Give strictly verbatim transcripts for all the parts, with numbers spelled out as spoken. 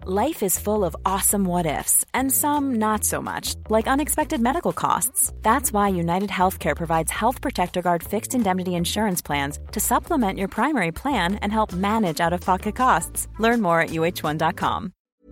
Life is full of awesome what-ifs, and some not so much, like unexpected medical costs. That's why United Healthcare provides Health Protector Guard fixed indemnity insurance plans to supplement your primary plan and help manage out-of-pocket costs. Learn more at U H one dot com.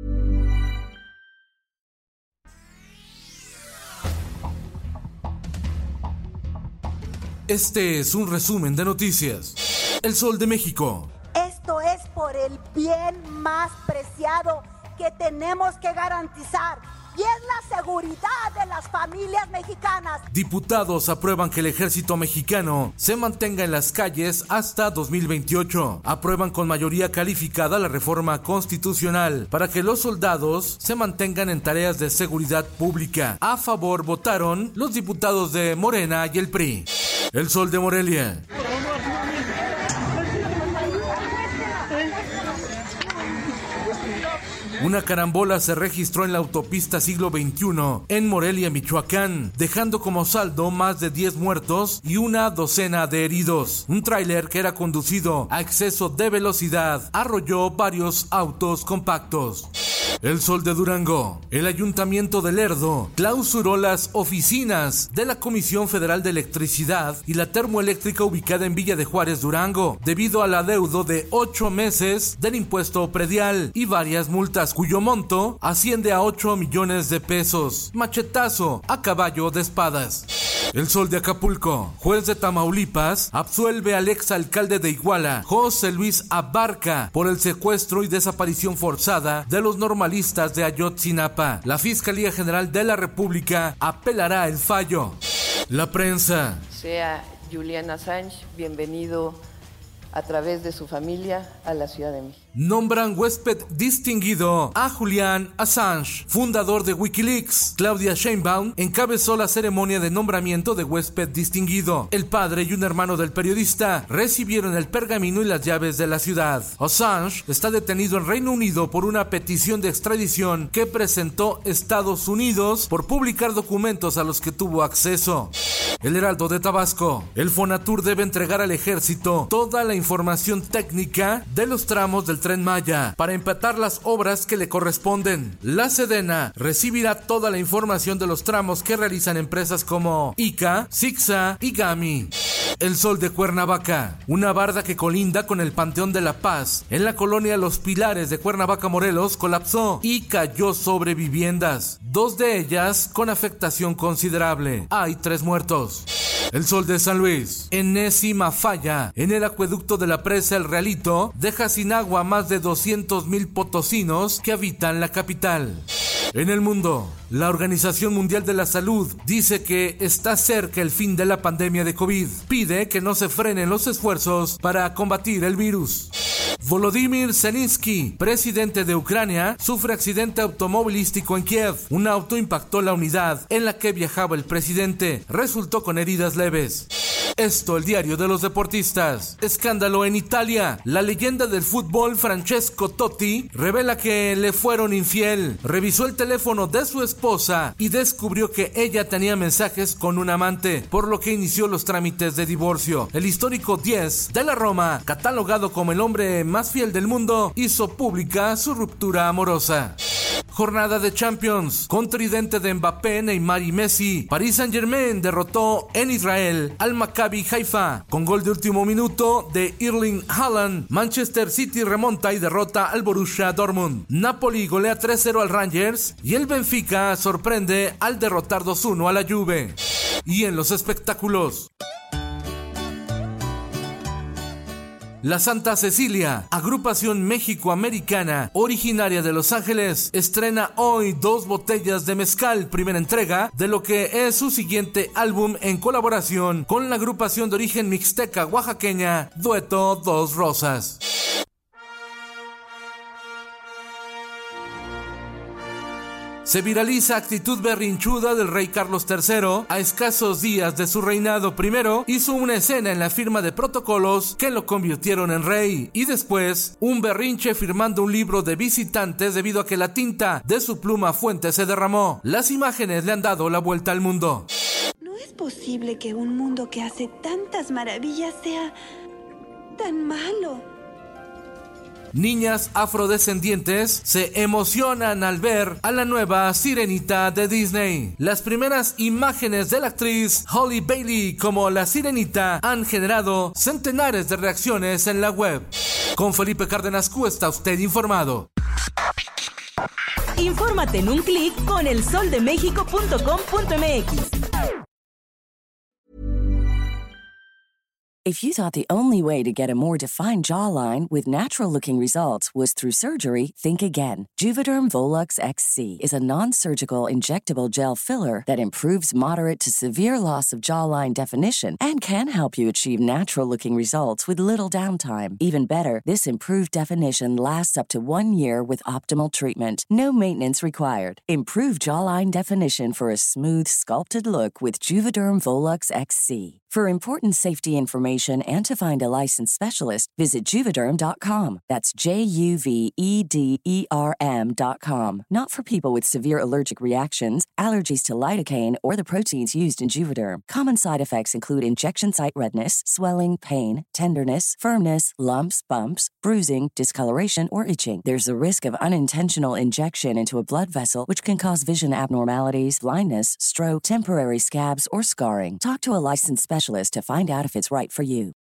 Este es un resumen de noticias. El Sol de México. Esto es por el bien más preciado que tenemos que garantizar, y es la seguridad de las familias mexicanas. Diputados aprueban que el ejército mexicano se mantenga en las calles hasta dos mil veintiocho. Aprueban con mayoría calificada la reforma constitucional para que los soldados se mantengan en tareas de seguridad pública. A favor votaron los diputados de Morena y el P R I. El Sol de Morelia. Una carambola se registró en la autopista Siglo veintiuno en Morelia, Michoacán, dejando como saldo más de diez muertos y una docena de heridos. Un tráiler que era conducido a exceso de velocidad arrolló varios autos compactos. El Sol de Durango. El Ayuntamiento de Lerdo clausuró las oficinas de la Comisión Federal de Electricidad y la Termoeléctrica ubicada en Villa de Juárez, Durango, debido al adeudo de ocho meses del impuesto predial y varias multas, cuyo monto asciende a ocho millones de pesos. Machetazo a caballo de espadas. El Sol de Acapulco. Juez de Tamaulipas absuelve al exalcalde de Iguala, José Luis Abarca, por el secuestro y desaparición forzada de los normalistas de Ayotzinapa. La Fiscalía General de la República apelará el fallo. La prensa. Sea Julian Assange bienvenido a través de su familia a la Ciudad de México. Nombran huésped distinguido a Julian Assange, fundador de Wikileaks. Claudia Sheinbaum encabezó la ceremonia de nombramiento de huésped distinguido. El padre y un hermano del periodista recibieron el pergamino y las llaves de la ciudad. Assange está detenido en Reino Unido por una petición de extradición que presentó Estados Unidos por publicar documentos a los que tuvo acceso. El Heraldo de Tabasco. El Fonatur debe entregar al ejército toda la información técnica de los tramos del Tren Maya para empatar las obras que le corresponden. La Sedena recibirá toda la información de los tramos que realizan empresas como I C A, Sixa y Gami. El Sol de Cuernavaca. Una barda que colinda con el Panteón de la Paz en la colonia Los Pilares de Cuernavaca, Morelos, colapsó y cayó sobre viviendas, dos de ellas con afectación considerable. Hay tres muertos. El Sol de San Luis. Enésima falla en el acueducto de la presa El Realito deja sin agua a más de doscientos mil potosinos que habitan la capital. En el mundo, la Organización Mundial de la Salud dice que está cerca el fin de la pandemia de COVID. Pide que no se frenen los esfuerzos para combatir el virus. Volodymyr Zelensky, presidente de Ucrania, sufre accidente automovilístico en Kiev. Un auto impactó la unidad en la que viajaba el presidente. Resultó con heridas leves. Esto, el diario de los deportistas. Escándalo en Italia. La leyenda del fútbol Francesco Totti revela que le fueron infiel. Revisó el teléfono de su esposa y descubrió que ella tenía mensajes con un amante, por lo que inició los trámites de divorcio. El histórico diez de la Roma, catalogado como el hombre más fiel del mundo, hizo pública su ruptura amorosa. Jornada de Champions. Con tridente de Mbappé, Neymar y Messi, Paris Saint-Germain derrotó en Israel al Maccabi Haifa. Con gol de último minuto de Erling Haaland, Manchester City remonta y derrota al Borussia Dortmund. Napoli golea tres cero al Rangers y el Benfica sorprende al derrotar dos uno a la Juve. Y en los espectáculos, la Santa Cecilia, agrupación mexicoamericana originaria de Los Ángeles, estrena hoy dos botellas de mezcal, primera entrega de lo que es su siguiente álbum en colaboración con la agrupación de origen mixteca oaxaqueña Dueto Dos Rosas. Se viraliza actitud berrinchuda del rey Carlos tercero a escasos días de su reinado. Primero hizo una escena en la firma de protocolos que lo convirtieron en rey, y después un berrinche firmando un libro de visitantes debido a que la tinta de su pluma fuente se derramó. Las imágenes le han dado la vuelta al mundo. No es posible que un mundo que hace tantas maravillas sea tan malo. Niñas afrodescendientes se emocionan al ver a la nueva Sirenita de Disney. Las primeras imágenes de la actriz Halle Bailey como la Sirenita han generado centenares de reacciones en la web. Con Felipe Cárdenas Q está usted informado. Infórmate en un clic con el sol de méxico punto com punto m x. If you thought the only way to get a more defined jawline with natural-looking results was through surgery, think again. Juvederm Volux X C is a non-surgical injectable gel filler that improves moderate to severe loss of jawline definition and can help you achieve natural-looking results with little downtime. Even better, this improved definition lasts up to one year with optimal treatment. No maintenance required. Improve jawline definition for a smooth, sculpted look with Juvederm Volux X C. For important safety information and to find a licensed specialist, visit Juvederm dot com. That's J U V E D E R M dot com. Not for people with severe allergic reactions, allergies to lidocaine, or the proteins used in Juvederm. Common side effects include injection site redness, swelling, pain, tenderness, firmness, lumps, bumps, bruising, discoloration, or itching. There's a risk of unintentional injection into a blood vessel, which can cause vision abnormalities, blindness, stroke, temporary scabs, or scarring. Talk to a licensed specialist to find out if it's right for you.